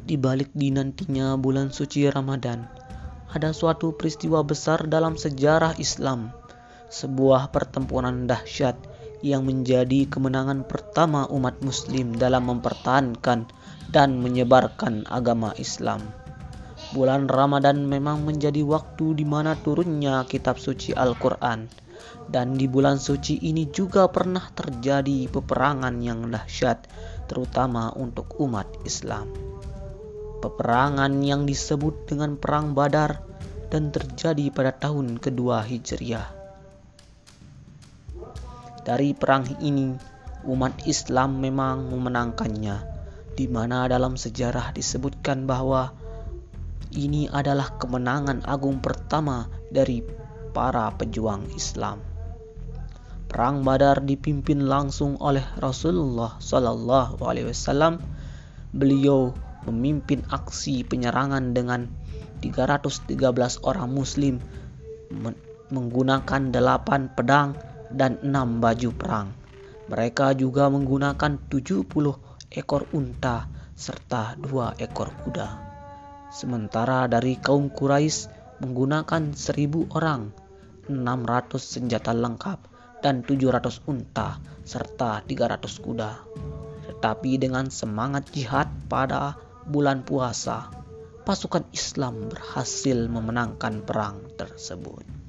Di balik dinantinya bulan suci Ramadan, ada suatu peristiwa besar dalam sejarah Islam, sebuah pertempuran dahsyat yang menjadi kemenangan pertama umat muslim dalam mempertahankan dan menyebarkan agama Islam. Bulan Ramadan memang menjadi waktu di mana turunnya kitab suci Al-Quran, dan di bulan suci ini juga pernah terjadi peperangan yang dahsyat, terutama untuk umat Islam. Peperangan yang disebut dengan Perang Badar dan terjadi pada tahun kedua Hijriah. Dari perang ini, umat Islam memang memenangkannya, di mana dalam sejarah disebutkan bahwa ini adalah kemenangan agung pertama dari para pejuang Islam. Perang Badar dipimpin langsung oleh Rasulullah SAW. Beliau memimpin aksi penyerangan dengan 313 orang muslim menggunakan 8 pedang dan 6 baju perang. Mereka juga menggunakan 70 ekor unta serta 2 ekor kuda. Sementara dari kaum Quraisy menggunakan 1.000 orang, 600 senjata lengkap dan 700 unta serta 300 kuda. Tetapi dengan semangat jihad pada bulan puasa, pasukan Islam berhasil memenangkan perang tersebut.